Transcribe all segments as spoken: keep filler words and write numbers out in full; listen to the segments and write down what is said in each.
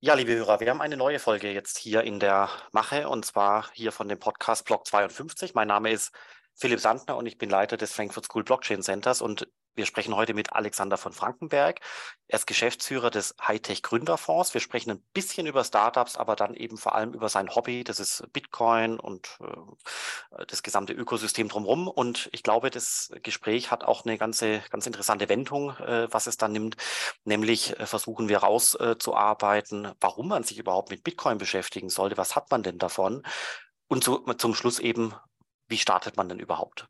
Ja, liebe Hörer, wir haben eine neue Folge jetzt hier in der Mache und zwar hier von dem Podcast Block zweiundfünfzig. Mein Name ist Philipp Sandner und ich bin Leiter des Frankfurt School Blockchain Centers und wir sprechen heute mit Alexander von Frankenberg. Er ist Geschäftsführer des Hightech Gründerfonds. Wir sprechen ein bisschen über Startups, aber dann eben vor allem über sein Hobby, das ist Bitcoin und äh, das gesamte Ökosystem drumherum. Und ich glaube, das Gespräch hat auch eine ganze, ganz interessante Wendung, äh, was es dann nimmt. Nämlich äh, versuchen wir rauszuarbeiten, äh, warum man sich überhaupt mit Bitcoin beschäftigen sollte. Was hat man denn davon? Und zu, zum Schluss eben, wie startet man denn überhaupt?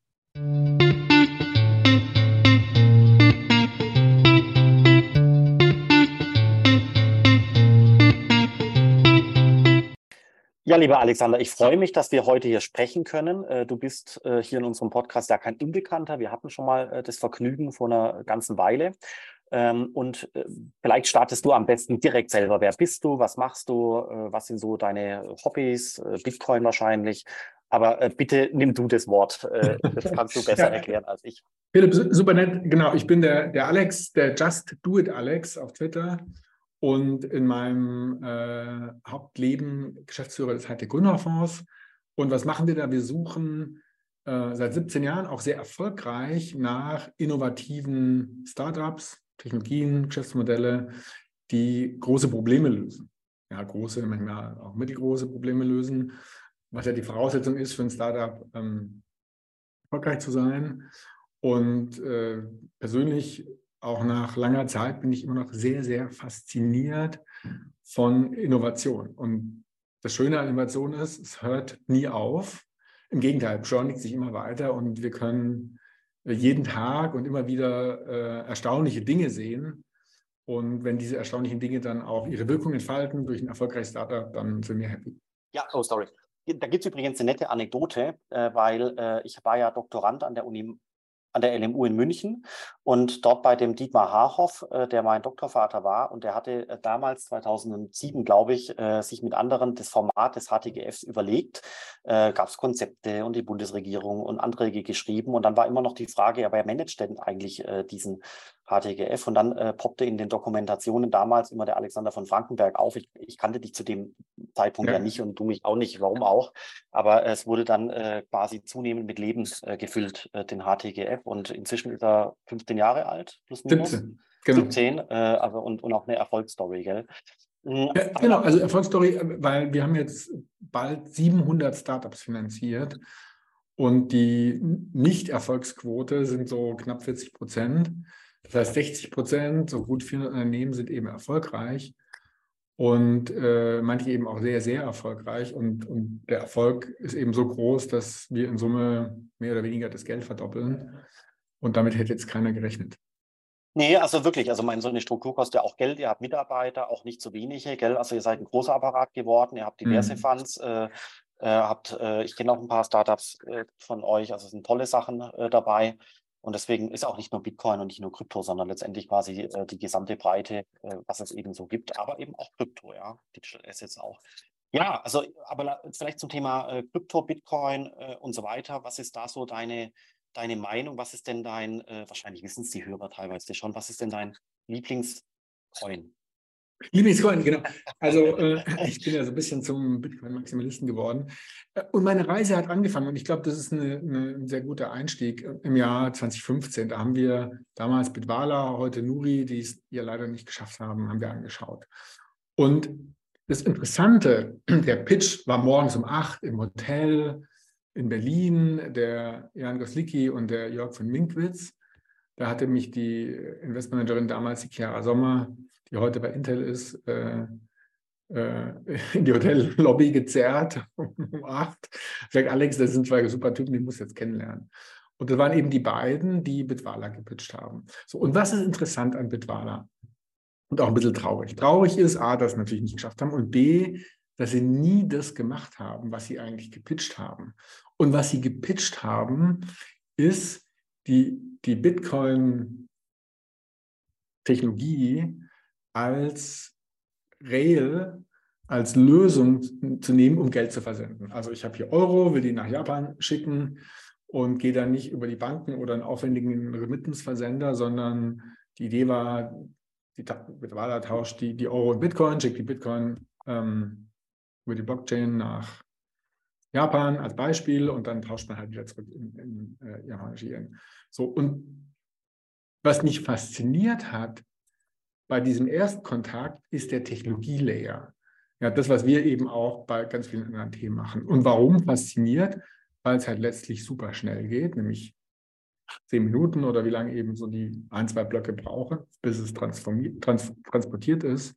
Ja, lieber Alexander, ich freue mich, dass wir heute hier sprechen können. Äh, Du bist äh, hier in unserem Podcast ja kein Unbekannter. Wir hatten schon mal äh, das Vergnügen vor einer ganzen Weile. Ähm, Und äh, vielleicht startest du am besten direkt selber. Wer bist du? Was machst du? Äh, Was sind so deine Hobbys? Äh, Bitcoin wahrscheinlich. Aber äh, bitte nimm du das Wort. Äh, Das kannst du besser Ja, erklären als ich. Philipp, su- super nett. Genau, ich bin der, der Alex, der Just Do It Alex auf Twitter und in meinem äh, Hauptleben Geschäftsführer des Hightech Gründerfonds. Und was machen wir da? Wir suchen äh, seit siebzehn Jahren auch sehr erfolgreich nach innovativen Startups, Technologien, Geschäftsmodelle, die große Probleme lösen. Ja, große, manchmal auch mittelgroße Probleme lösen, was ja die Voraussetzung ist für ein Startup, ähm, erfolgreich zu sein. Und äh, persönlich, auch nach langer Zeit, bin ich immer noch sehr, sehr fasziniert von Innovation. Und das Schöne an Innovation ist, es hört nie auf. Im Gegenteil, beschleunigt sich immer weiter und wir können äh, jeden Tag und immer wieder äh, erstaunliche Dinge sehen. Und wenn diese erstaunlichen Dinge dann auch ihre Wirkung entfalten durch ein erfolgreiches Startup, dann sind wir happy. Ja, oh, sorry. Da gibt es übrigens eine nette Anekdote, äh, weil äh, ich war ja Doktorand an der Uni, an der L M U in München und dort bei dem Dietmar Haarhoff, äh, der mein Doktorvater war, und der hatte äh, damals zweitausendsieben, glaube ich, äh, sich mit anderen das Format des H T G Fs überlegt. Äh, Gab es Konzepte und die Bundesregierung und Anträge geschrieben und dann war immer noch die Frage, ja, wer managt denn eigentlich äh, diesen H T G F? Und dann äh, poppte in den Dokumentationen damals immer der Alexander von Frankenberg auf. Ich, ich kannte dich zu dem Zeitpunkt ja Ja, nicht und du mich auch nicht, warum auch. Aber es wurde dann äh, quasi zunehmend mit Leben äh, gefüllt, äh, den H T G F. Und inzwischen ist er fünfzehn Jahre alt, plus minus. siebzehn, genau. siebzehn, äh, also und, und auch eine Erfolgsstory, gell? Mhm. Ja, Aber genau, la- also Erfolgsstory, weil wir haben jetzt bald siebenhundert Startups finanziert und die Nicht-Erfolgsquote sind so knapp vierzig Prozent. Das heißt, sechzig Prozent, so gut vierhundert Unternehmen sind eben erfolgreich und äh, manche eben auch sehr, sehr erfolgreich. Und, und der Erfolg ist eben so groß, dass wir in Summe mehr oder weniger das Geld verdoppeln. Und damit hätte jetzt keiner gerechnet. Nee, also wirklich, also meine, so eine Struktur kostet ja auch Geld, ihr habt Mitarbeiter, auch nicht so wenige, gell? Also ihr seid ein großer Apparat geworden, ihr habt diverse Hm. Funds, äh, äh, habt, äh, ich kenne auch ein paar Startups äh, von euch, also es sind tolle Sachen äh, dabei. Und deswegen ist auch nicht nur Bitcoin und nicht nur Krypto, sondern letztendlich quasi äh, die gesamte Breite, äh, was es eben so gibt, aber eben auch Krypto, ja, Digital Assets auch. Ja, also, aber la- vielleicht zum Thema äh, Krypto, Bitcoin äh, und so weiter. Was ist da so deine, deine Meinung? Was ist denn dein, äh, wahrscheinlich wissen es die Hörer teilweise schon, was ist denn dein Lieblingscoin? Lieblingscoin, genau. Also äh, ich bin ja so ein bisschen zum Bitcoin-Maximalisten geworden. Äh, Und meine Reise hat angefangen und ich glaube, das ist eine, eine, ein sehr guter Einstieg im Jahr zwanzig fünfzehn. Da haben wir damals Bitwala, heute Nuri, die es ja leider nicht geschafft haben, haben wir angeschaut. Und das Interessante, der Pitch war morgens um acht im Hotel in Berlin, der Jan Goslicki und der Jörg von Minkwitz. Da hatte mich die Investmentmanagerin damals, die Chiara Sommer, die heute bei Intel ist, äh, äh, in die Hotellobby gezerrt um acht. Sagt Alex, das sind zwei super Typen, die muss jetzt kennenlernen. Und das waren eben die beiden, die Bitwala gepitcht haben. So, und was ist interessant an Bitwala? Und auch ein bisschen traurig. Traurig ist, A, dass sie natürlich nicht geschafft haben und B, dass sie nie das gemacht haben, was sie eigentlich gepitcht haben. Und was sie gepitcht haben, ist die, die Bitcoin- Technologie als Rail, als Lösung zu nehmen, um Geld zu versenden. Also ich habe hier Euro, will die nach Japan schicken und gehe dann nicht über die Banken oder einen aufwendigen Remittance-Versender, sondern die Idee war, die Bitwala tauscht die, die Euro in Bitcoin, schickt die Bitcoin ähm, über die Blockchain nach Japan als Beispiel und dann tauscht man halt wieder zurück in, in äh, japanische Yen. So, und was mich fasziniert hat bei diesem Erstkontakt, ist der Technologielayer. Ja, das, was wir eben auch bei ganz vielen anderen Themen machen. Und warum fasziniert? Weil es halt letztlich super schnell geht, nämlich zehn Minuten oder wie lange eben so die ein, zwei Blöcke brauche, bis es transformiert, trans, transportiert ist.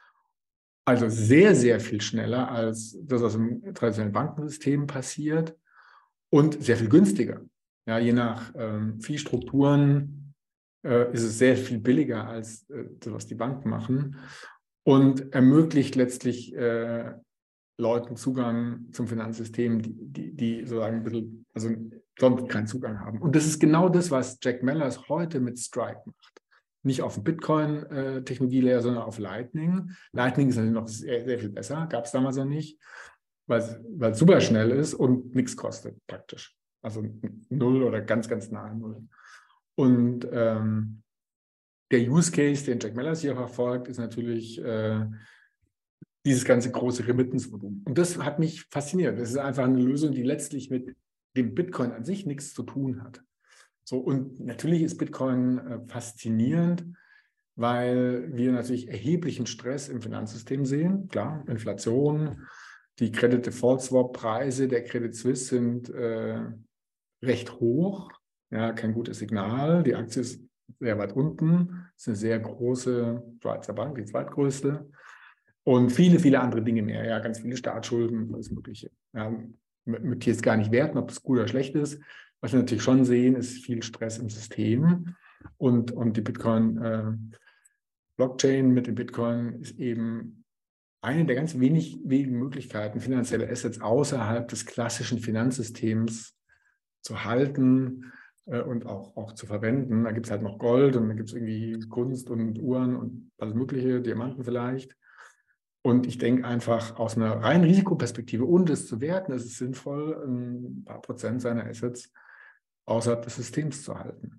Also sehr, sehr viel schneller als das, was im traditionellen Bankensystem passiert und sehr viel günstiger. Ja, je nach ähm, Fee-Strukturen äh, ist es sehr viel billiger als äh, das, was die Banken machen und ermöglicht letztlich äh, Leuten Zugang zum Finanzsystem, die, die, die sozusagen ein bisschen, also sonst keinen Zugang haben. Und das ist genau das, was Jack Mellers heute mit Strike macht. Nicht auf dem Bitcoin-Technologielayer, sondern auf Lightning. Lightning ist natürlich noch sehr, sehr viel besser, gab es damals noch nicht, weil es super schnell ist und nichts kostet praktisch. Also null oder ganz, ganz nah an null. Und ähm, der Use Case, den Jack Mellers hier verfolgt, ist natürlich äh, dieses ganze große Remittance-Volumen. Und das hat mich fasziniert. Das ist einfach eine Lösung, die letztlich mit dem Bitcoin an sich nichts zu tun hat. So, und natürlich ist Bitcoin äh, faszinierend, weil wir natürlich erheblichen Stress im Finanzsystem sehen. Klar, Inflation, die Credit Default Swap Preise der Credit Suisse sind äh, recht hoch. Ja, kein gutes Signal. Die Aktie ist sehr weit unten. Das ist eine sehr große Schweizer Bank, die zweitgrößte. Und viele, viele andere Dinge mehr. Ja, ganz viele Staatsschulden, alles Mögliche. Ja, möchte jetzt gar nicht werten, ob das gut oder schlecht ist. Was wir natürlich schon sehen, ist viel Stress im System. Und, und die Bitcoin-Blockchain äh, mit dem Bitcoin ist eben eine der ganz wenig, wenigen Möglichkeiten, finanzielle Assets außerhalb des klassischen Finanzsystems zu halten äh, und auch, auch zu verwenden. Da gibt es halt noch Gold und da gibt es irgendwie Kunst und Uhren und alles Mögliche, Diamanten vielleicht. Und ich denke einfach aus einer reinen Risikoperspektive, ohne das zu werten, ist es sinnvoll, ein paar Prozent seiner Assets außerhalb des Systems zu halten.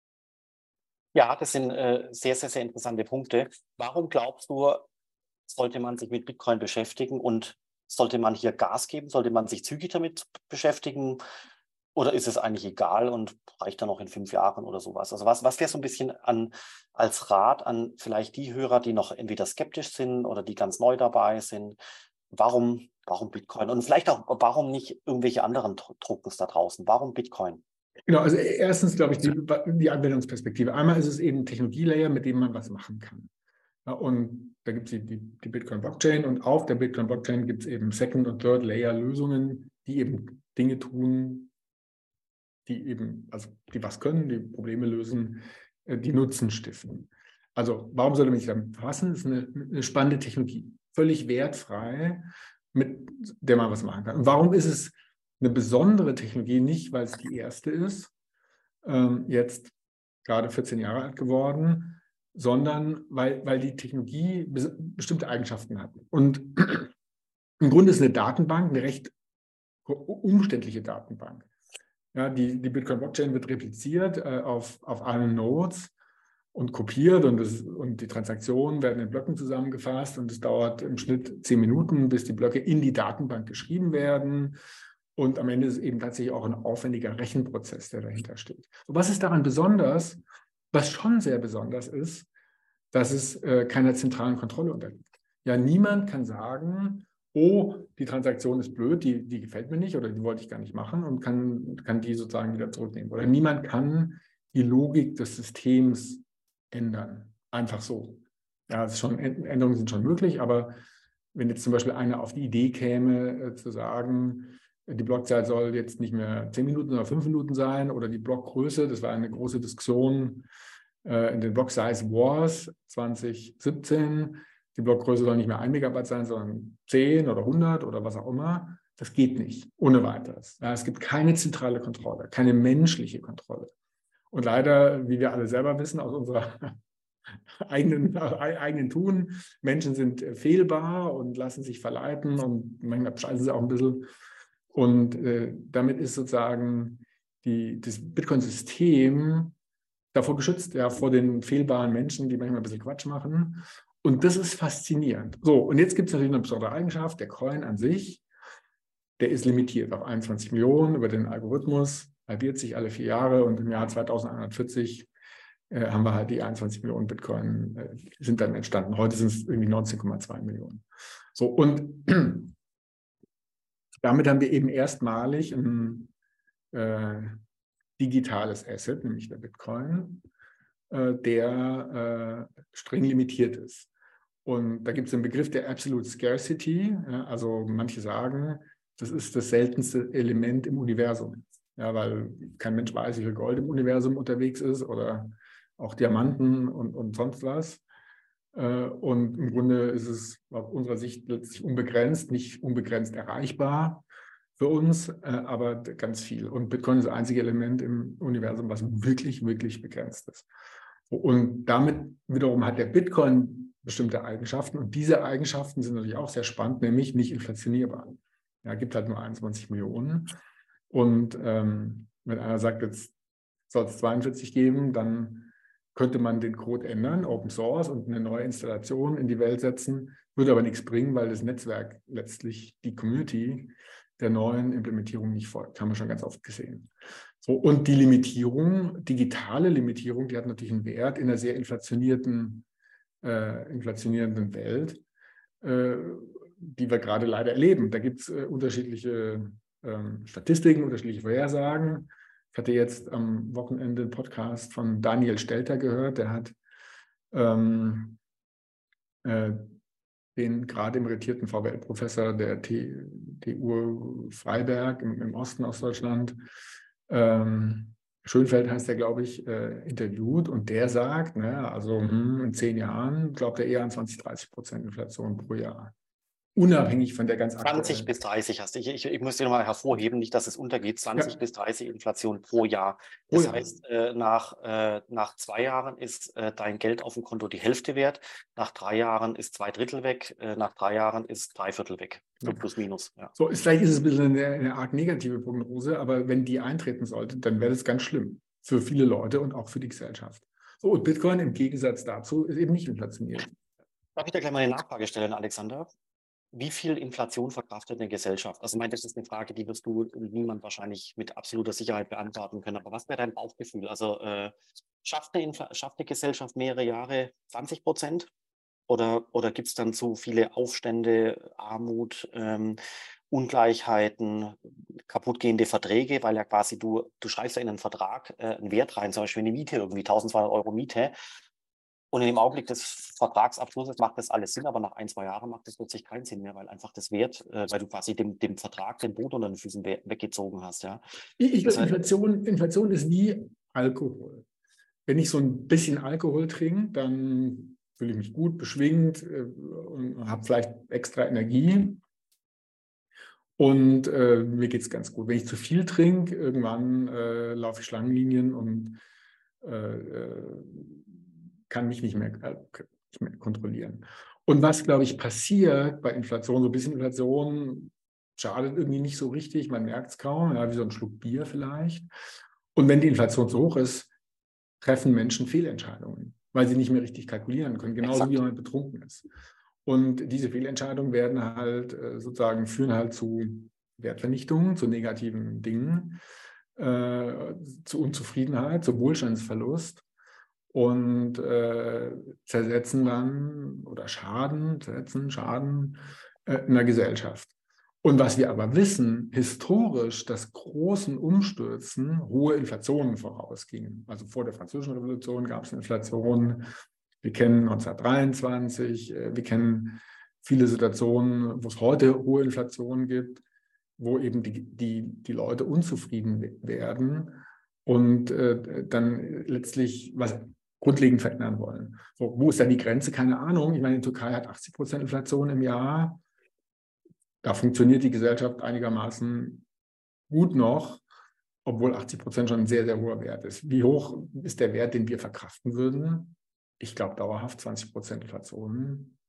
Ja, das sind äh, sehr, sehr, sehr interessante Punkte. Warum glaubst du, sollte man sich mit Bitcoin beschäftigen und sollte man hier Gas geben? Sollte man sich zügig damit beschäftigen? Oder ist es eigentlich egal und reicht dann noch in fünf Jahren oder sowas? Also was, was wäre so ein bisschen an, als Rat an vielleicht die Hörer, die noch entweder skeptisch sind oder die ganz neu dabei sind? Warum, warum Bitcoin? Und vielleicht auch, warum nicht irgendwelche anderen Tokens da draußen? Warum Bitcoin? Genau, also erstens glaube ich die, die Anwendungsperspektive. Einmal ist es eben ein Technologielayer, mit dem man was machen kann. Ja, und da gibt es die, die, die Bitcoin-Blockchain und auf der Bitcoin-Blockchain gibt es eben Second- und Third-Layer-Lösungen, die eben Dinge tun, die eben, also die was können, die Probleme lösen, die Nutzen stiften. Also warum sollte man sich damit befassen? Das ist eine, eine spannende Technologie, völlig wertfrei, mit der man was machen kann. Und warum ist es eine besondere Technologie? Nicht, weil es die erste ist, ähm, jetzt gerade vierzehn Jahre alt geworden, sondern weil, weil die Technologie bes- bestimmte Eigenschaften hat. Und im Grunde ist eine Datenbank eine recht umständliche Datenbank. Ja, die, die Bitcoin-Blockchain wird repliziert äh, auf, auf allen Nodes und kopiert und, das, und die Transaktionen werden in Blöcken zusammengefasst und es dauert im Schnitt zehn Minuten, bis die Blöcke in die Datenbank geschrieben werden. Und am Ende ist es eben tatsächlich auch ein aufwendiger Rechenprozess, der dahinter steht. Und was ist daran besonders? Was schon sehr besonders ist, dass es äh, keiner zentralen Kontrolle unterliegt. Ja, niemand kann sagen, oh, die Transaktion ist blöd, die, die gefällt mir nicht oder die wollte ich gar nicht machen und kann, kann die sozusagen wieder zurücknehmen. Oder niemand kann die Logik des Systems ändern. Einfach so. Ja, es ist schon, Änderungen sind schon möglich, aber wenn jetzt zum Beispiel einer auf die Idee käme, äh, zu sagen, die Blockzeit soll jetzt nicht mehr zehn Minuten, sondern fünf Minuten sein oder die Blockgröße, das war eine große Diskussion äh, in den Block Size Wars zwanzig siebzehn, die Blockgröße soll nicht mehr ein Megabyte sein, sondern zehn oder hundert oder was auch immer. Das geht nicht, ohne weiteres. Ja, es gibt keine zentrale Kontrolle, keine menschliche Kontrolle. Und leider, wie wir alle selber wissen, aus unserer eigenen, eigenen Tun, Menschen sind fehlbar und lassen sich verleiten und manchmal bescheißen sie auch ein bisschen. Und äh, damit ist sozusagen die, das Bitcoin-System davor geschützt, ja, vor den fehlbaren Menschen, die manchmal ein bisschen Quatsch machen. Und das ist faszinierend. So, und jetzt gibt es natürlich eine besondere Eigenschaft, der Coin an sich, der ist limitiert auf einundzwanzig Millionen über den Algorithmus, halbiert sich alle vier Jahre und im Jahr zweitausendeinhundertvierzig äh, haben wir halt die einundzwanzig Millionen Bitcoin, äh, sind dann entstanden. Heute sind es irgendwie neunzehn Komma zwei Millionen. So, und damit haben wir eben erstmalig ein äh, digitales Asset, nämlich der Bitcoin, äh, der äh, streng limitiert ist. Und da gibt es den Begriff der Absolute Scarcity. Ja, also manche sagen, das ist das seltenste Element im Universum. Ja, weil kein Mensch weiß, wie viel Gold im Universum unterwegs ist oder auch Diamanten und, und sonst was. Und im Grunde ist es aus unserer Sicht letztlich unbegrenzt, nicht unbegrenzt erreichbar für uns, aber ganz viel. Und Bitcoin ist das einzige Element im Universum, was wirklich, wirklich begrenzt ist. Und damit wiederum hat der Bitcoin bestimmte Eigenschaften. Und diese Eigenschaften sind natürlich auch sehr spannend, nämlich nicht inflationierbar. Ja, gibt halt nur einundzwanzig Millionen. Und ähm, wenn einer sagt, jetzt soll es zweiundvierzig geben, dann könnte man den Code ändern, Open Source, und eine neue Installation in die Welt setzen, würde aber nichts bringen, weil das Netzwerk letztlich die Community der neuen Implementierung nicht folgt. Haben wir schon ganz oft gesehen. So, und die Limitierung, digitale Limitierung, die hat natürlich einen Wert in einer sehr inflationierten, äh, inflationierenden Welt, äh, die wir gerade leider erleben. Da gibt es äh, unterschiedliche äh, Statistiken, unterschiedliche Vorhersagen. Ich hatte jetzt am Wochenende einen Podcast von Daniel Stelter gehört, der hat ähm, äh, den gerade emeritierten V W L-Professor der T U Freiberg im, im Osten Ostdeutschland, ähm, Schönfeld heißt der, glaube ich, äh, interviewt, und der sagt, ne, also hm, in zehn Jahren glaubt er eher an zwanzig, dreißig Prozent Inflation pro Jahr. Unabhängig von der ganz aktuellen. zwanzig bis dreißig hast du. Ich, ich, ich muss dir nochmal hervorheben, nicht, dass es untergeht. zwanzig ja. bis dreißig Inflation pro Jahr. Das oh ja. heißt, äh, nach, äh, nach zwei Jahren ist äh, dein Geld auf dem Konto die Hälfte wert. Nach drei Jahren ist zwei Drittel weg. Äh, nach drei Jahren ist drei Viertel weg. So ja. plus minus. Ja. So, vielleicht ist es ein bisschen eine, eine arg negative Prognose, aber wenn die eintreten sollte, dann wäre das ganz schlimm für viele Leute und auch für die Gesellschaft. So, und Bitcoin im Gegensatz dazu ist eben nicht inflationiert. Darf ich da gleich mal eine Nachfrage stellen, Alexander? Wie viel Inflation verkraftet eine Gesellschaft? Also ich meine, das ist eine Frage, die wirst du und niemand wahrscheinlich mit absoluter Sicherheit beantworten können. Aber was wäre dein Bauchgefühl? Also äh, schafft, eine schafft eine Gesellschaft mehrere Jahre zwanzig Prozent? Oder, oder gibt es dann zu viele Aufstände, Armut, ähm, Ungleichheiten, kaputtgehende Verträge? Weil ja quasi du, du schreibst ja in einen Vertrag äh, einen Wert rein, zum Beispiel eine Miete, irgendwie tausendzweihundert Euro Miete. Und in dem Augenblick des Vertragsabschlusses macht das alles Sinn, aber nach ein, zwei Jahren macht das plötzlich keinen Sinn mehr, weil einfach das Wert, äh, weil du quasi dem, dem Vertrag den Boden unter den Füßen we weggezogen hast. Ja. Ich glaube, Inflation, Inflation ist wie Alkohol. Wenn ich so ein bisschen Alkohol trinke, dann fühle ich mich gut, beschwingt äh, und habe vielleicht extra Energie. Und äh, mir geht es ganz gut. Wenn ich zu viel trinke, irgendwann äh, laufe ich Schlangenlinien und äh, kann mich nicht mehr, äh, nicht mehr kontrollieren. Und was, glaube ich, passiert bei Inflation, so ein bisschen Inflation schadet irgendwie nicht so richtig, man merkt es kaum, ja, wie so ein Schluck Bier vielleicht. Und wenn die Inflation so hoch ist, treffen Menschen Fehlentscheidungen, weil sie nicht mehr richtig kalkulieren können, genauso Exakt. Wie man betrunken ist. Und diese Fehlentscheidungen werden halt äh, sozusagen, führen halt zu Wertvernichtungen, zu negativen Dingen, äh, zu Unzufriedenheit, zu Wohlstandsverlust und äh, zersetzen dann oder Schaden, zersetzen, Schaden äh, in der Gesellschaft. Und was wir aber wissen, historisch, dass großen Umstürzen hohe Inflationen vorausgingen. Also vor der Französischen Revolution gab es eine Inflation. Wir kennen neunzehnhundertdreiundzwanzig, wir kennen viele Situationen, wo es heute hohe Inflationen gibt, wo eben die, die, die Leute unzufrieden werden und äh, dann letztlich was grundlegend verändern wollen. So, wo ist dann die Grenze? Keine Ahnung. Ich meine, die Türkei hat achtzig Prozent Inflation im Jahr. Da funktioniert die Gesellschaft einigermaßen gut noch, obwohl achtzig Prozent schon ein sehr, sehr hoher Wert ist. Wie hoch ist der Wert, den wir verkraften würden? Ich glaube, dauerhaft zwanzig Prozent Inflation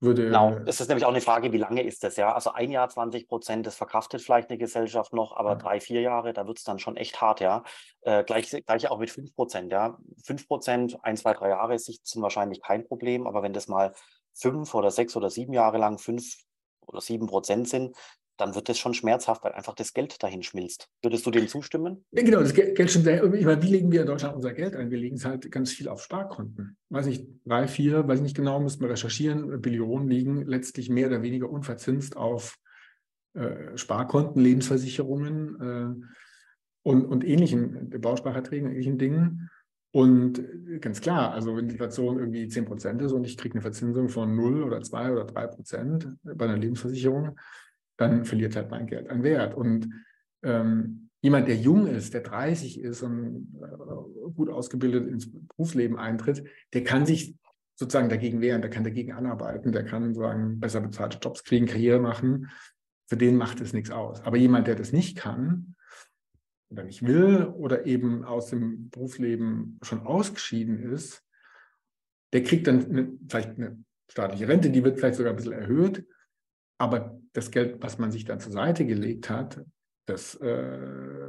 Genau, würde. es ist nämlich auch eine Frage, wie lange ist das, ja? Also ein Jahr zwanzig Prozent, das verkraftet vielleicht eine Gesellschaft noch, aber drei, vier Jahre, da wird es dann schon echt hart, ja. Äh, gleich, gleich auch mit fünf Prozent, ja. fünf Prozent, ein, zwei, drei Jahre Sicht sind wahrscheinlich kein Problem, aber wenn das mal fünf oder sechs oder sieben Jahre lang fünf oder sieben Prozent sind, dann wird das schon schmerzhaft, weil einfach das Geld dahin schmilzt. Würdest du dem zustimmen? Ja, genau, das Geld, Geld stimmt sehr. Ich meine, wie legen wir in Deutschland unser Geld ein? Wir legen es halt ganz viel auf Sparkonten. Weiß nicht, drei, vier, weiß nicht genau, müssen wir recherchieren, Billionen liegen letztlich mehr oder weniger unverzinst auf äh, Sparkonten, Lebensversicherungen äh, und, und ähnlichen Bausparerträgen, ähnlichen Dingen. Und ganz klar, also wenn die Inflation irgendwie zehn Prozent ist und ich kriege eine Verzinsung von null oder zwei oder drei Prozent bei einer Lebensversicherung, dann verliert halt mein Geld an Wert. Und ähm, jemand, der jung ist, der dreißig ist und äh, gut ausgebildet ins Berufsleben eintritt, der kann sich sozusagen dagegen wehren, der kann dagegen anarbeiten, der kann sagen, besser bezahlte Jobs kriegen, Karriere machen. Für den macht es nichts aus. Aber jemand, der das nicht kann oder nicht will oder eben aus dem Berufsleben schon ausgeschieden ist, der kriegt dann eine, vielleicht eine staatliche Rente, die wird vielleicht sogar ein bisschen erhöht, aber das Geld, was man sich dann zur Seite gelegt hat, das äh,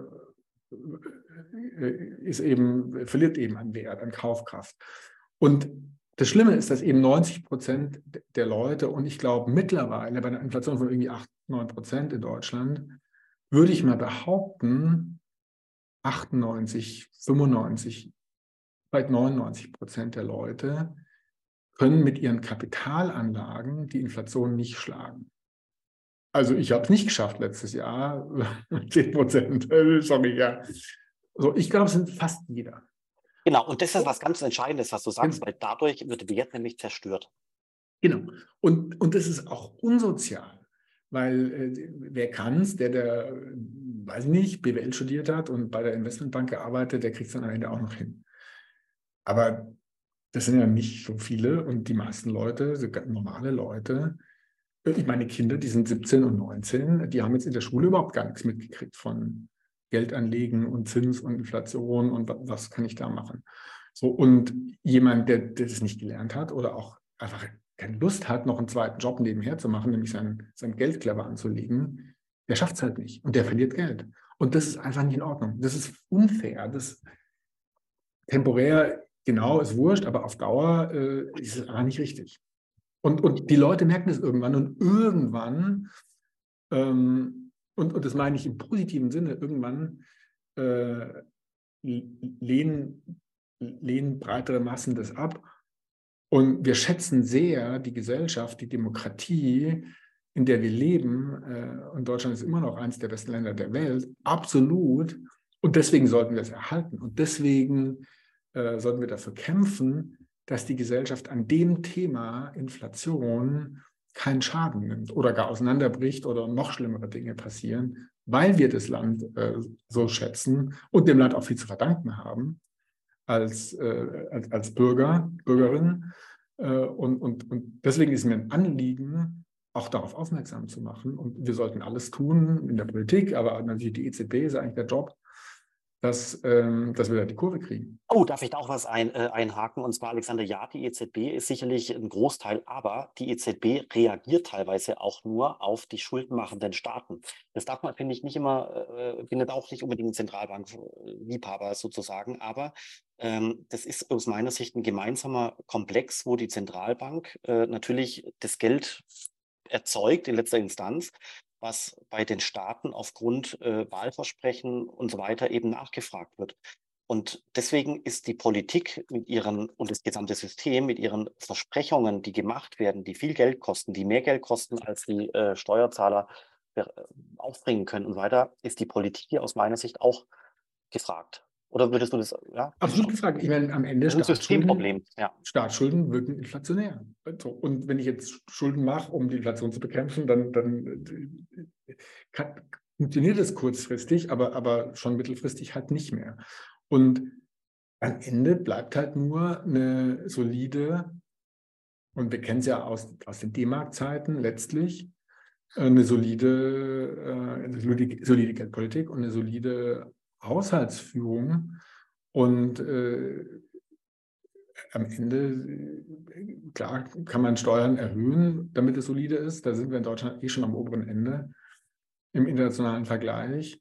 ist eben, verliert eben an Wert, an Kaufkraft. Und das Schlimme ist, dass eben neunzig Prozent der Leute, und ich glaube mittlerweile bei einer Inflation von irgendwie acht, neun Prozent in Deutschland, würde ich mal behaupten, achtundneunzig, fünfundneunzig, vielleicht neunundneunzig Prozent der Leute können mit ihren Kapitalanlagen die Inflation nicht schlagen. Also ich habe es nicht geschafft letztes Jahr, zehn Prozent, sorry, ja. So, ich glaube, es sind fast jeder. Genau, und das ist was ganz Entscheidendes, was du sagst, Genau. weil dadurch wird Wert nämlich zerstört. Genau. Und, und das ist auch unsozial, weil äh, wer kann es, der, der, weiß ich nicht, B W L studiert hat und bei der Investmentbank gearbeitet, der kriegt es dann am Ende auch noch hin. Aber das sind ja nicht so viele und die meisten Leute, so ganz normale Leute, meine Kinder, die sind siebzehn und neunzehn, die haben jetzt in der Schule überhaupt gar nichts mitgekriegt von Geldanlegen und Zins und Inflation und was kann ich da machen. So, und jemand, der, der das nicht gelernt hat oder auch einfach keine Lust hat, noch einen zweiten Job nebenher zu machen, nämlich sein, sein Geld clever anzulegen, der schafft es halt nicht und der verliert Geld. Und das ist einfach nicht in Ordnung. Das ist unfair. Das temporär, genau, ist wurscht, aber auf Dauer äh, ist es einfach nicht richtig. Und, und die Leute merken das irgendwann und irgendwann, ähm, und, und das meine ich im positiven Sinne, irgendwann äh, lehnen, lehnen breitere Massen das ab. Und wir schätzen sehr die Gesellschaft, die Demokratie, in der wir leben. Äh, und Deutschland ist immer noch eines der besten Länder der Welt, absolut. Und deswegen sollten wir es erhalten. Und deswegen äh, sollten wir dafür kämpfen, dass die Gesellschaft an dem Thema Inflation keinen Schaden nimmt oder gar auseinanderbricht oder noch schlimmere Dinge passieren, weil wir das Land äh, so schätzen und dem Land auch viel zu verdanken haben als, äh, als, als Bürger, Bürgerin. Äh, und, und, und deswegen ist mir ein Anliegen, auch darauf aufmerksam zu machen. Und wir sollten alles tun in der Politik, aber natürlich die E Z B ist eigentlich der Job, dass, ähm, dass wir da die Kurve kriegen. Oh, darf ich da auch was ein, äh, einhaken? Und zwar, Alexander, ja, die E Z B ist sicherlich ein Großteil, aber die E Z B reagiert teilweise auch nur auf die schuldenmachenden Staaten. Das darf man, finde ich, nicht immer, äh, bin jetzt auch nicht unbedingt ein Zentralbank-Liebhaber sozusagen, aber ähm, das ist aus meiner Sicht ein gemeinsamer Komplex, wo die Zentralbank äh, natürlich das Geld erzeugt in letzter Instanz, was bei den Staaten aufgrund äh, Wahlversprechen und so weiter eben nachgefragt wird. Und deswegen ist die Politik mit ihren und das gesamte System mit ihren Versprechungen, die gemacht werden, die viel Geld kosten, die mehr Geld kosten, als die äh, Steuerzahler äh, aufbringen können und so weiter, ist die Politik hier aus meiner Sicht auch gefragt. Oder würdest du das, ja? Absolut gefragt. Ich meine, am Ende Das ist ein Staatsschulden, Systemproblem, ja. Staatsschulden wirken inflationär. So, und wenn ich jetzt Schulden mache, um die Inflation zu bekämpfen, dann, dann kann, funktioniert das kurzfristig, aber, aber schon mittelfristig halt nicht mehr. Und am Ende bleibt halt nur eine solide, und wir kennen es ja aus, aus den D-Mark-Zeiten letztlich, eine solide, äh, eine solide, solide Geldpolitik und eine solide Haushaltsführung. Und äh, am Ende, klar, kann man Steuern erhöhen, damit es solide ist. Da sind wir in Deutschland eh schon am oberen Ende im internationalen Vergleich.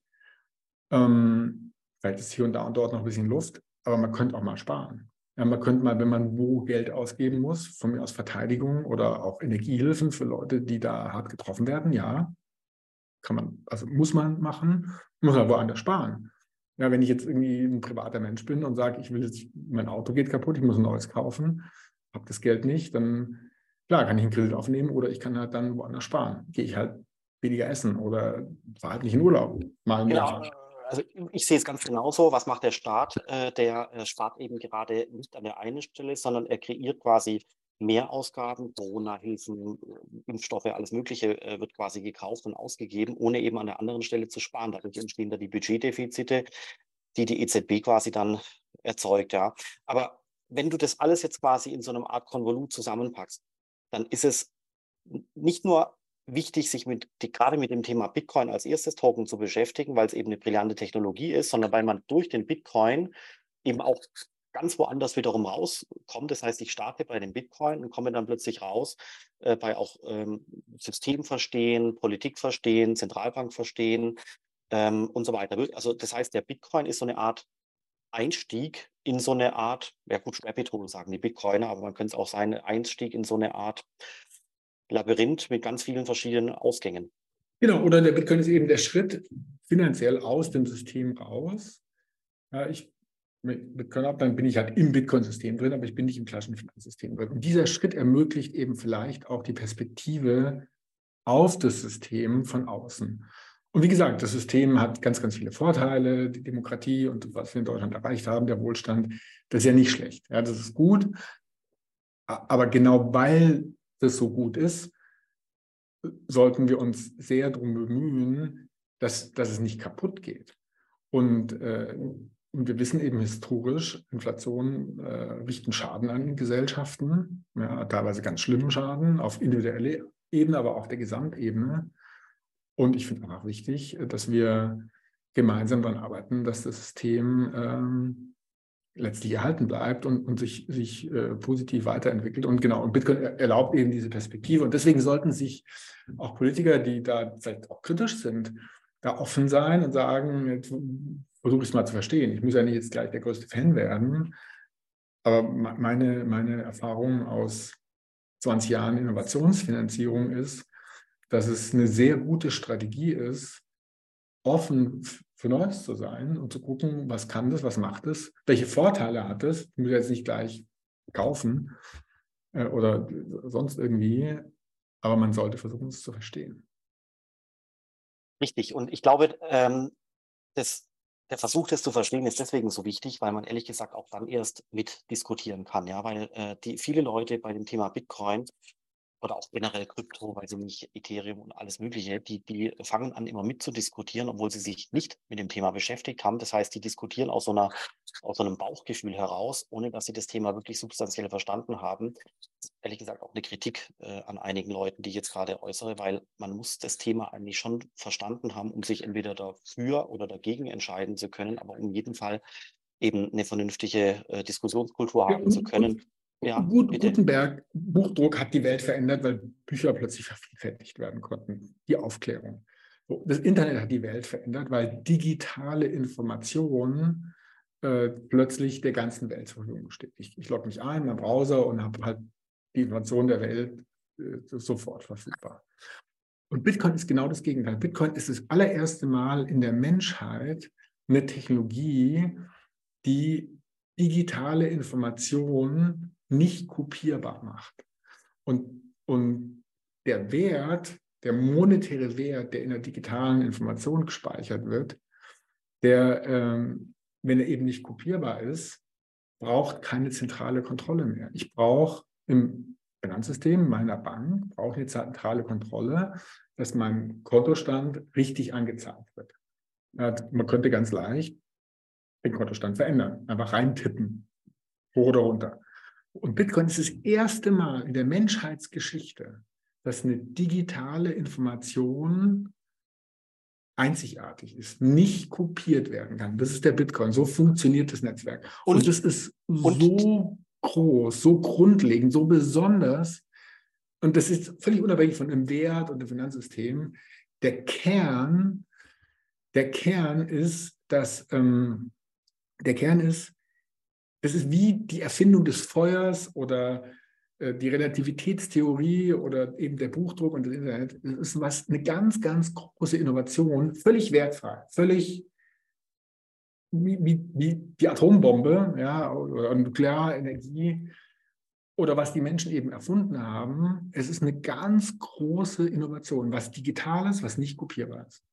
Ähm, vielleicht ist hier und da und dort noch ein bisschen Luft, aber man könnte auch mal sparen. Ja, man könnte mal, wenn man wo Geld ausgeben muss, von mir aus Verteidigung oder auch Energiehilfen für Leute, die da hart getroffen werden, ja, kann man, also muss man machen, muss man woanders sparen. Ja, wenn ich jetzt irgendwie ein privater Mensch bin und sage, ich will jetzt, mein Auto geht kaputt, ich muss ein neues kaufen, habe das Geld nicht, dann klar kann ich einen Kredit aufnehmen oder ich kann halt dann woanders sparen. Gehe ich halt weniger essen oder fahre halt nicht in Urlaub, mal im Genau, Jahr. also ich sehe es ganz genauso. Was macht der Staat? Äh, der äh, spart eben gerade nicht an der einen Stelle, sondern er kreiert quasi Mehrausgaben, Corona-Hilfen, äh, Impfstoffe, alles Mögliche äh, wird quasi gekauft und ausgegeben, ohne eben an der anderen Stelle zu sparen. Dadurch entstehen da die Budgetdefizite, die die E Z B quasi dann erzeugt. Ja. Aber wenn du das alles jetzt quasi in so einer Art Konvolut zusammenpackst, dann ist es nicht nur wichtig, sich mit, die, gerade mit dem Thema Bitcoin als erstes Token zu beschäftigen, weil es eben eine brillante Technologie ist, sondern weil man durch den Bitcoin eben auch ganz woanders wiederum rauskommt. Das heißt, ich starte bei dem Bitcoin und komme dann plötzlich raus äh, bei auch ähm, System verstehen, Politik verstehen, Zentralbank verstehen ähm, und so weiter. Also das heißt, der Bitcoin ist so eine Art Einstieg in so eine Art, ja gut, Rabbit Hole sagen die Bitcoiner, aber man könnte es auch sein, Einstieg in so eine Art Labyrinth mit ganz vielen verschiedenen Ausgängen. Genau, oder der Bitcoin ist eben der Schritt finanziell aus dem System raus. Ja, ich mit Bitcoin habe, dann bin ich halt im Bitcoin-System drin, aber ich bin nicht im klassischen Finanzsystem drin. Und dieser Schritt ermöglicht eben vielleicht auch die Perspektive auf das System von außen. Und wie gesagt, das System hat ganz, ganz viele Vorteile, die Demokratie und was wir in Deutschland erreicht haben, der Wohlstand, das ist ja nicht schlecht. Ja, das ist gut. Aber genau weil das so gut ist, sollten wir uns sehr darum bemühen, dass, dass es nicht kaputt geht. Und, äh, und wir wissen eben historisch, Inflation äh, richten Schaden an in Gesellschaften, ja, teilweise ganz schlimmen Schaden auf individueller Ebene, aber auch der Gesamtebene. Und ich finde auch wichtig, dass wir gemeinsam daran arbeiten, dass das System ähm, letztlich erhalten bleibt und, und sich, sich äh, positiv weiterentwickelt. Und genau, und Bitcoin erlaubt eben diese Perspektive. Und deswegen sollten sich auch Politiker, die da vielleicht auch kritisch sind, da offen sein und sagen, jetzt versuche ich es mal zu verstehen. Ich muss ja nicht jetzt gleich der größte Fan werden, aber meine, meine Erfahrung aus zwanzig Jahren Innovationsfinanzierung ist, dass es eine sehr gute Strategie ist, offen für Neues zu sein und zu gucken, was kann das, was macht es, welche Vorteile hat es. Ich muss jetzt nicht gleich kaufen äh, oder sonst irgendwie, aber man sollte versuchen, es zu verstehen. Richtig. Und ich glaube, ähm, das, der Versuch, das zu verstehen, ist deswegen so wichtig, weil man ehrlich gesagt auch dann erst mitdiskutieren kann. Ja, weil äh, die viele Leute bei dem Thema Bitcoin oder auch generell Krypto, weiß ich nicht, Ethereum und alles Mögliche, die, die fangen an, immer mitzudiskutieren, obwohl sie sich nicht mit dem Thema beschäftigt haben. Das heißt, die diskutieren aus so einer, aus so einem Bauchgefühl heraus, ohne dass sie das Thema wirklich substanziell verstanden haben. Das ist ehrlich gesagt auch eine Kritik äh, an einigen Leuten, die ich jetzt gerade äußere, weil man muss das Thema eigentlich schon verstanden haben, um sich entweder dafür oder dagegen entscheiden zu können, aber um jeden Fall eben eine vernünftige äh, Diskussionskultur Ja, haben zu und, und können. Ja, Gut, bitte. Gutenberg, Buchdruck hat die Welt verändert, weil Bücher plötzlich vervielfältigt werden konnten. Die Aufklärung. Das Internet hat die Welt verändert, weil digitale Information äh, plötzlich der ganzen Welt zur Verfügung steht. Ich, ich logge mich ein, meinen Browser und habe halt die Information der Welt äh, sofort verfügbar. Und Bitcoin ist genau das Gegenteil. Bitcoin ist das allererste Mal in der Menschheit eine Technologie, die digitale Information nicht kopierbar macht. Und, und der Wert, der monetäre Wert, der in der digitalen Information gespeichert wird, der, ähm, wenn er eben nicht kopierbar ist, braucht keine zentrale Kontrolle mehr. Ich brauche im Finanzsystem meiner Bank brauche eine zentrale Kontrolle, dass mein Kontostand richtig angezeigt wird. Man könnte ganz leicht den Kontostand verändern, einfach reintippen, hoch oder runter. Und Bitcoin ist das erste Mal in der Menschheitsgeschichte, dass eine digitale Information einzigartig ist, nicht kopiert werden kann. Das ist der Bitcoin. So funktioniert das Netzwerk. Und Und, das ist und so groß, so grundlegend, so besonders. Und das ist völlig unabhängig von dem Wert und dem Finanzsystem. Der Kern, der Kern ist, dass ähm, der Kern ist, das ist wie die Erfindung des Feuers oder äh, die Relativitätstheorie oder eben der Buchdruck und das Internet. Das ist was, eine ganz, ganz große Innovation, völlig wertfrei, völlig wie, wie, wie die Atombombe, ja, oder Nuklearenergie oder was die Menschen eben erfunden haben. Es ist eine ganz große Innovation, was Digitales, was nicht kopierbar ist.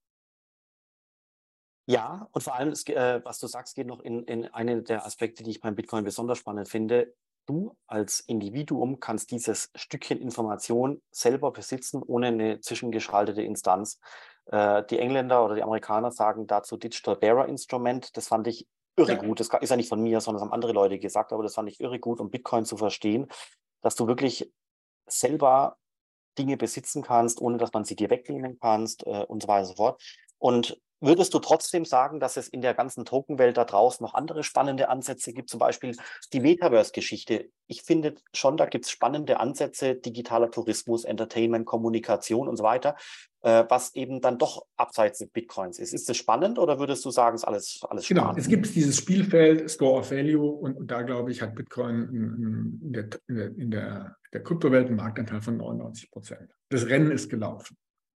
Ja, und vor allem, es, äh, was du sagst, geht noch in, in einen der Aspekte, die ich beim Bitcoin besonders spannend finde. Du als Individuum kannst dieses Stückchen Information selber besitzen, ohne eine zwischengeschaltete Instanz. Äh, die Engländer oder die Amerikaner sagen dazu Digital Bearer Instrument. Das fand ich irre Ja, gut. Das ist ja nicht von mir, sondern das haben andere Leute gesagt, aber das fand ich irre gut, um Bitcoin zu verstehen, dass du wirklich selber Dinge besitzen kannst, ohne dass man sie dir wegnehmen kannst äh, und so weiter und so fort. Und würdest du trotzdem sagen, dass es in der ganzen Tokenwelt da draußen noch andere spannende Ansätze gibt, zum Beispiel die Metaverse-Geschichte? Ich finde schon, da gibt es spannende Ansätze, digitaler Tourismus, Entertainment, Kommunikation und so weiter, äh, was eben dann doch abseits des Bitcoins ist. Ist das spannend oder würdest du sagen, es ist alles, alles genau. Schmarrn? Es gibt dieses Spielfeld Store of Value und, und da, glaube ich, hat Bitcoin in, in, der, in, der, in der, der Kryptowelt einen Marktanteil von neunundneunzig Prozent. Das Rennen ist gelaufen.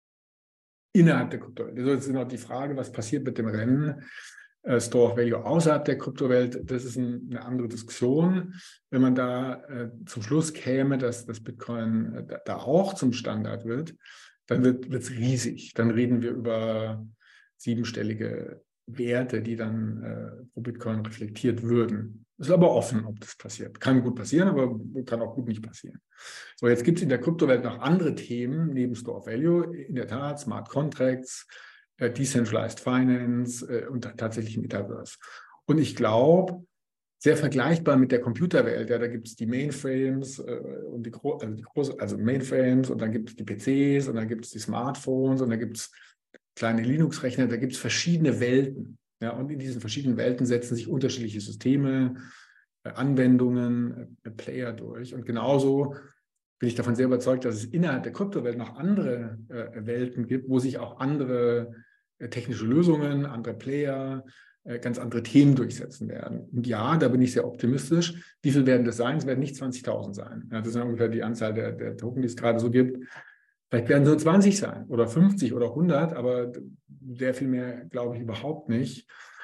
Innerhalb der Kryptowelt. Also jetzt ist noch die Frage, was passiert mit dem Rennen äh, Store of Value außerhalb der Kryptowelt. Das ist ein, eine andere Diskussion. Wenn man da äh, zum Schluss käme, dass das Bitcoin äh, da, da auch zum Standard wird, dann wird es riesig. Dann reden wir über siebenstellige Werte, die dann äh, pro Bitcoin reflektiert würden. Ist aber offen, ob das passiert. Kann gut passieren, aber kann auch gut nicht passieren. So, jetzt gibt es in der Kryptowelt noch andere Themen neben Store of Value. In der Tat Smart Contracts, äh, Decentralized Finance äh, und tatsächlich Metaverse. Und ich glaube, sehr vergleichbar mit der Computerwelt. Ja, da gibt es die Mainframes äh, und die, Gro also die große, also Mainframes und dann gibt es die P Cs und dann gibt es die Smartphones und dann gibt es kleine Linux-Rechner. Da gibt es verschiedene Welten. Ja, und in diesen verschiedenen Welten setzen sich unterschiedliche Systeme, äh, Anwendungen, äh, Player durch. Und genauso bin ich davon sehr überzeugt, dass es innerhalb der Kryptowelt noch andere äh, Welten gibt, wo sich auch andere äh, technische Lösungen, andere Player, äh, ganz andere Themen durchsetzen werden. Und ja, da bin ich sehr optimistisch. Wie viel werden das sein? Es werden nicht zwanzigtausend sein. Ja, das ist ungefähr die Anzahl der, der Token, die es gerade so gibt. Vielleicht werden es nur zwanzig sein oder fünfzig oder hundert, aber sehr viel mehr glaube ich überhaupt nicht.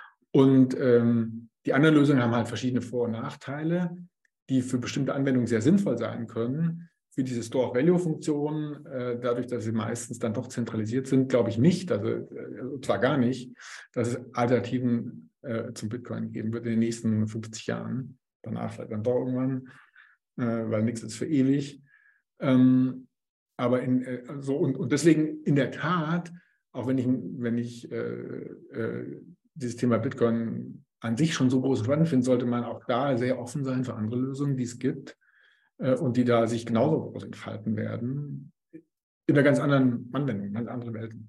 Und ähm, die anderen Lösungen haben halt verschiedene Vor- und Nachteile, die für bestimmte Anwendungen sehr sinnvoll sein können. Für diese Store-of-Value-Funktion, äh, dadurch, dass sie meistens dann doch zentralisiert sind, glaube ich nicht, also, äh, zwar gar nicht, dass es Alternativen äh, zum Bitcoin geben wird in den nächsten fünfzig Jahren. Danach vielleicht dann doch irgendwann, äh, weil nichts ist für ewig. Ähm, aber in, äh, so und, und deswegen in der Tat, auch wenn ich, wenn ich äh, äh, dieses Thema Bitcoin an sich schon so groß und spannend finde, sollte man auch da sehr offen sein für andere Lösungen, die es gibt äh, und die da sich genauso groß entfalten werden, in einer ganz anderen Anwendung, ganz andere Welten.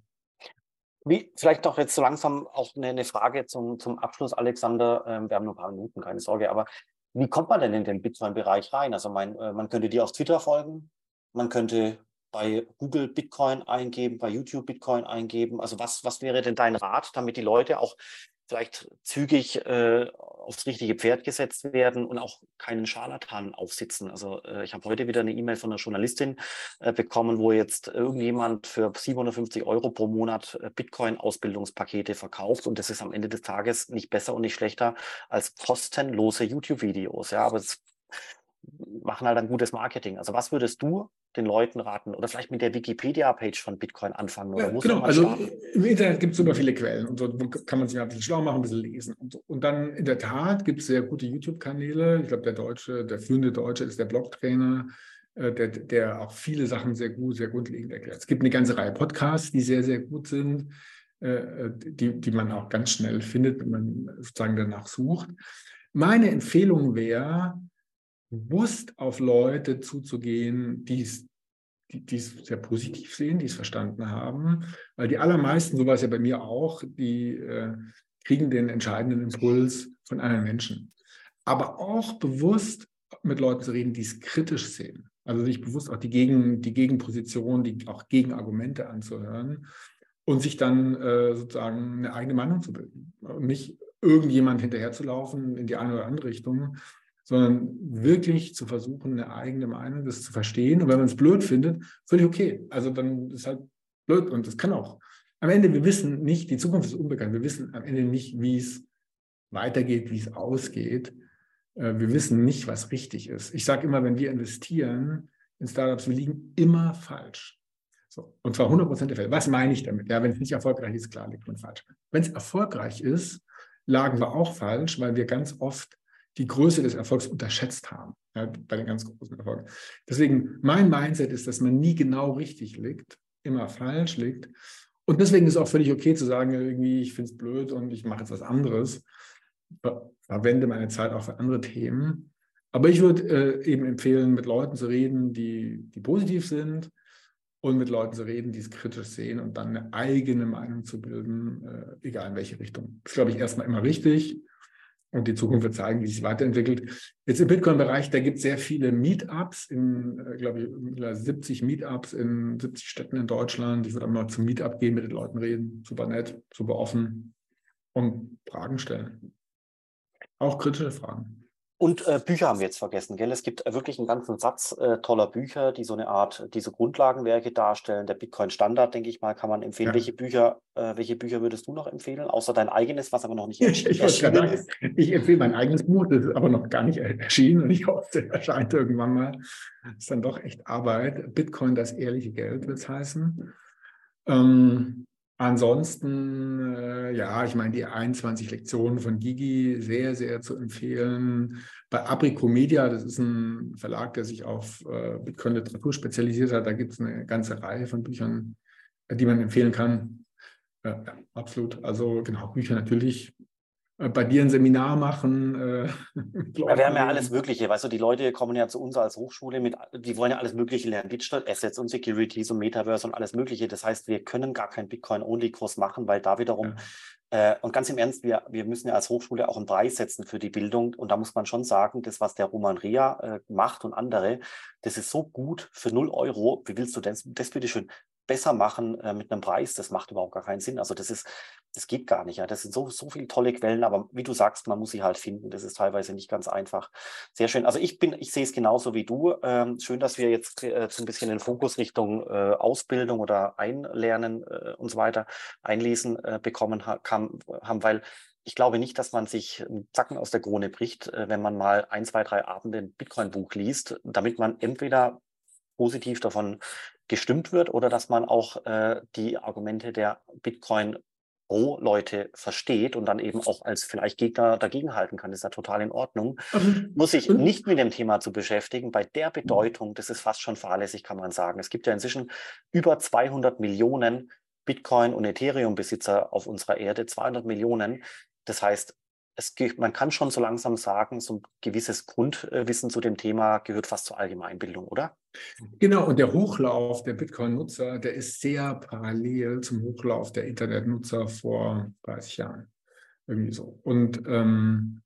Wie, vielleicht noch jetzt so langsam auch eine, eine Frage zum, zum Abschluss, Alexander. Ähm, wir haben nur ein paar Minuten, keine Sorge, aber wie kommt man denn in den Bitcoin-Bereich rein? Also mein, äh, man könnte dir auf Twitter folgen, man könnte bei Google Bitcoin eingeben, bei YouTube Bitcoin eingeben. Also was, was wäre denn dein Rat, damit die Leute auch vielleicht zügig äh, aufs richtige Pferd gesetzt werden und auch keinen Scharlatan aufsitzen? Also äh, ich habe heute wieder eine E-Mail von einer Journalistin äh, bekommen, wo jetzt irgendjemand für siebenhundertfünfzig Euro pro Monat äh, Bitcoin-Ausbildungspakete verkauft und das ist am Ende des Tages nicht besser und nicht schlechter als kostenlose YouTube-Videos. Ja, aber es machen halt ein gutes Marketing. Also was würdest du den Leuten raten? Oder vielleicht mit der Wikipedia-Page von Bitcoin anfangen? Oder Ja, wo soll genau, man also starten? im Internet gibt es super viele Quellen und so kann man sich ein bisschen schlau machen, ein bisschen lesen. Und, so. Und dann in der Tat gibt es sehr gute YouTube-Kanäle. Ich glaube, der Deutsche, der führende Deutsche ist der Blogtrainer, äh, der, der auch viele Sachen sehr gut, sehr grundlegend erklärt. Es gibt eine ganze Reihe Podcasts, die sehr, sehr gut sind, äh, die, die man auch ganz schnell findet, wenn man sozusagen danach sucht. Meine Empfehlung wäre, bewusst auf Leute zuzugehen, die es die, die es sehr positiv sehen, die es verstanden haben, weil die allermeisten, so war es ja bei mir auch, die äh, kriegen den entscheidenden Impuls von anderen Menschen. Aber auch bewusst mit Leuten zu reden, die es kritisch sehen. Also sich bewusst auch die, Gegen, die Gegenposition, die auch Gegenargumente anzuhören und sich dann äh, sozusagen eine eigene Meinung zu bilden. Und nicht irgendjemand hinterherzulaufen in die eine oder andere Richtung, sondern wirklich zu versuchen, eine eigene Meinung, das zu verstehen. Und wenn man es blöd findet, völlig okay. Also dann ist halt blöd und das kann auch. Am Ende, wir wissen nicht, die Zukunft ist unbekannt. Wir wissen am Ende nicht, wie es weitergeht, wie es ausgeht. Wir wissen nicht, was richtig ist. Ich sage immer, wenn wir investieren in Startups, wir liegen immer falsch. So, und zwar hundert Prozent der Fälle. Was meine ich damit? Ja, wenn es nicht erfolgreich ist, klar, liegt man falsch. Wenn es erfolgreich ist, lagen wir auch falsch, weil wir ganz oft die Größe des Erfolgs unterschätzt haben, ja, bei den ganz großen Erfolgen. Deswegen, mein Mindset ist, dass man nie genau richtig liegt, immer falsch liegt. Und deswegen ist es auch völlig okay zu sagen, irgendwie, ich finde es blöd und ich mache jetzt was anderes. Verwende meine Zeit auch für andere Themen. Aber ich würde äh, eben empfehlen, mit Leuten zu reden, die, die positiv sind und mit Leuten zu reden, die es kritisch sehen und dann eine eigene Meinung zu bilden, äh, egal in welche Richtung. Das ist, glaube ich, erstmal immer richtig. Und die Zukunft wird zeigen, wie es sich weiterentwickelt. Jetzt im Bitcoin-Bereich, da gibt es sehr viele Meetups, in, äh, glaube ich, siebzig Meetups in siebzig Städten in Deutschland. Ich würde auch mal zum Meetup gehen, mit den Leuten reden. Super nett, super offen und Fragen stellen. Auch kritische Fragen. Und äh, Bücher haben wir jetzt vergessen, gell? Es gibt äh, wirklich einen ganzen Satz äh, toller Bücher, die so eine Art, diese Grundlagenwerke darstellen. Der Bitcoin-Standard, denke ich mal, kann man empfehlen. Ja. Welche Bücher, äh, welche Bücher würdest du noch empfehlen, außer dein eigenes, was aber noch nicht Ich, ich erschienen sagen, ist? Ich empfehle mein eigenes Buch, das ist aber noch gar nicht erschienen und ich hoffe, es erscheint irgendwann mal. Das ist dann doch echt Arbeit. Bitcoin, das ehrliche Geld, wird es heißen. Ähm, ansonsten, äh, ja, ich meine, die einundzwanzig Lektionen von Gigi, sehr, sehr zu empfehlen. Bei Abrico Media, das ist ein Verlag, der sich auf äh, Bitcoin-Literatur spezialisiert hat, da gibt es eine ganze Reihe von Büchern, die man empfehlen kann. Äh, ja, absolut. Also genau, Bücher natürlich. Äh, bei dir ein Seminar machen, äh, mit Ja, wir Leuten haben ja alles reden. Mögliche. Weißt du, die Leute kommen ja zu uns als Hochschule mit, die wollen ja alles Mögliche lernen. Digital Assets und Securities und Metaverse und alles Mögliche. Das heißt, wir können gar keinen Bitcoin-Only-Kurs machen, weil da wiederum, Ja. äh, und ganz im Ernst, wir, wir müssen ja als Hochschule auch einen Preis setzen für die Bildung. Und da muss man schon sagen, das, was der Roman Rea äh, macht und andere, das ist so gut für null Euro. Wie willst du das, das bitte schön besser machen äh, mit einem Preis? Das macht überhaupt gar keinen Sinn. Also das ist, das geht gar nicht. Ja. Das sind so, so viele tolle Quellen, aber wie du sagst, man muss sie halt finden. Das ist teilweise nicht ganz einfach. Sehr schön. Also ich bin, ich sehe es genauso wie du. Ähm, schön, dass wir jetzt äh, so ein bisschen den Fokus Richtung äh, Ausbildung oder Einlernen äh, und so weiter, Einlesen äh, bekommen ha kam, haben, weil ich glaube nicht, dass man sich einen Zacken aus der Krone bricht, äh, wenn man mal ein, zwei, drei Abende ein Bitcoin-Buch liest, damit man entweder positiv davon gestimmt wird oder dass man auch äh, die Argumente der Bitcoin Pro-Leute versteht und dann eben auch als vielleicht Gegner dagegenhalten kann. Das ist ja total in Ordnung. Also, Muss sich und, nicht mit dem Thema zu beschäftigen, bei der Bedeutung, das ist fast schon fahrlässig, kann man sagen. Es gibt ja inzwischen über zweihundert Millionen Bitcoin- und Ethereum-Besitzer auf unserer Erde, zweihundert Millionen. Das heißt, es, man kann schon so langsam sagen, so ein gewisses Grundwissen zu dem Thema gehört fast zur Allgemeinbildung, oder? genau, und der Hochlauf der Bitcoin-Nutzer, der ist sehr parallel zum Hochlauf der Internetnutzer vor dreißig Jahren. Irgendwie so. Und, ähm,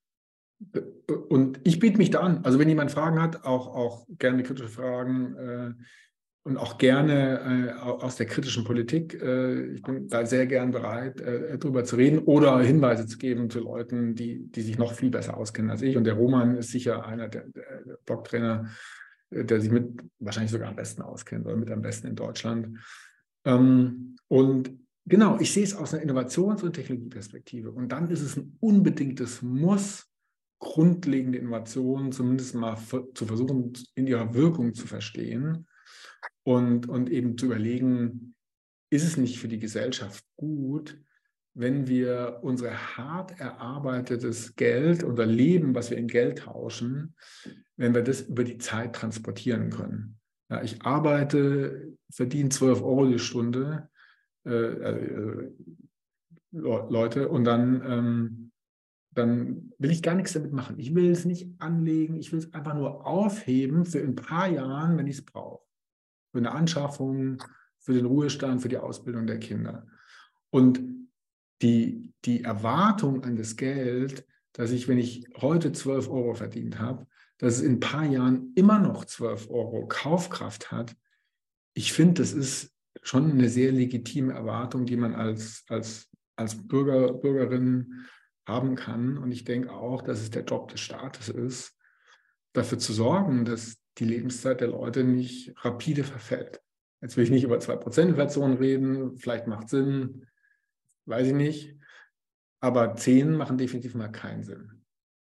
und ich biete mich da an. Also wenn jemand Fragen hat, auch, auch gerne kritische Fragen, äh, und auch gerne äh, aus der kritischen Politik. Äh, ich bin da sehr gern bereit, äh, darüber zu reden oder Hinweise zu geben zu Leuten, die, die sich noch viel besser auskennen als ich. Und der Roman ist sicher einer der, der Blogtrainer, äh, der sich mit wahrscheinlich sogar am besten auskennt oder mit am besten in Deutschland. Ähm, und genau, ich sehe es aus einer Innovations- und Technologieperspektive. Und dann ist es ein unbedingtes Muss, grundlegende Innovationen zumindest mal zu versuchen, in ihrer Wirkung zu verstehen. Und, und eben zu überlegen, ist es nicht für die Gesellschaft gut, wenn wir unser hart erarbeitetes Geld oder Leben, was wir in Geld tauschen, wenn wir das über die Zeit transportieren können. Ja, ich arbeite, verdiene zwölf Euro die Stunde, äh, äh, Leute, und dann, ähm, dann will ich gar nichts damit machen. Ich will es nicht anlegen, ich will es einfach nur aufheben für ein paar Jahren, wenn ich es brauche. Für eine Anschaffung, für den Ruhestand, für die Ausbildung der Kinder. Und die, die Erwartung an das Geld, dass ich, wenn ich heute zwölf Euro verdient habe, dass es in ein paar Jahren immer noch zwölf Euro Kaufkraft hat, ich finde, das ist schon eine sehr legitime Erwartung, die man als, als, als Bürger, Bürgerin haben kann. Und ich denke auch, dass es der Job des Staates ist, dafür zu sorgen, dass die Lebenszeit der Leute nicht rapide verfällt. Jetzt will ich nicht über zwei Prozent Inflation reden, vielleicht macht es Sinn, weiß ich nicht, aber zehn machen definitiv mal keinen Sinn.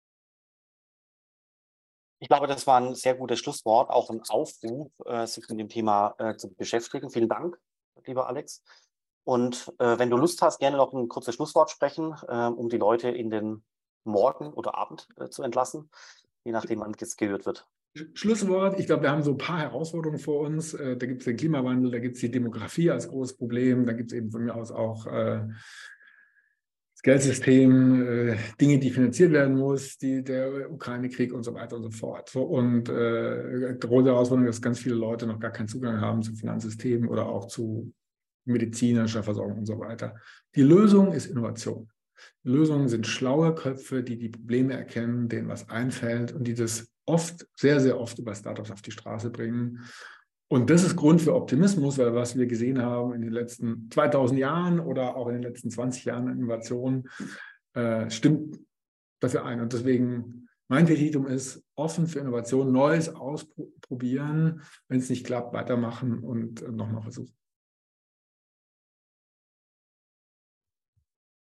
Ich glaube, das war ein sehr gutes Schlusswort, auch ein Aufruf, äh, sich mit dem Thema äh, zu beschäftigen. Vielen Dank, lieber Alex. Und äh, wenn du Lust hast, gerne noch ein kurzes Schlusswort sprechen, äh, um die Leute in den Morgen oder Abend äh, zu entlassen, je nachdem, wann es gehört wird. Schlusswort, ich glaube, wir haben so ein paar Herausforderungen vor uns. Äh, da gibt es den Klimawandel, da gibt es die Demografie als großes Problem, da gibt es eben von mir aus auch äh, das Geldsystem, äh, Dinge, die finanziert werden muss, die, der Ukraine-Krieg und so weiter und so fort. So, und äh, große Herausforderung, dass ganz viele Leute noch gar keinen Zugang haben zum Finanzsystem oder auch zu medizinischer Versorgung und so weiter. Die Lösung ist Innovation. Die Lösungen sind schlaue Köpfe, die die Probleme erkennen, denen was einfällt und die das oft, sehr, sehr oft über Startups auf die Straße bringen. Und das ist Grund für Optimismus, weil was wir gesehen haben in den letzten zweitausend Jahren oder auch in den letzten zwanzig Jahren an Innovation, äh, stimmt dafür ein. Und deswegen, mein Petitum ist, offen für Innovation, Neues ausprobieren, wenn es nicht klappt, weitermachen und nochmal versuchen.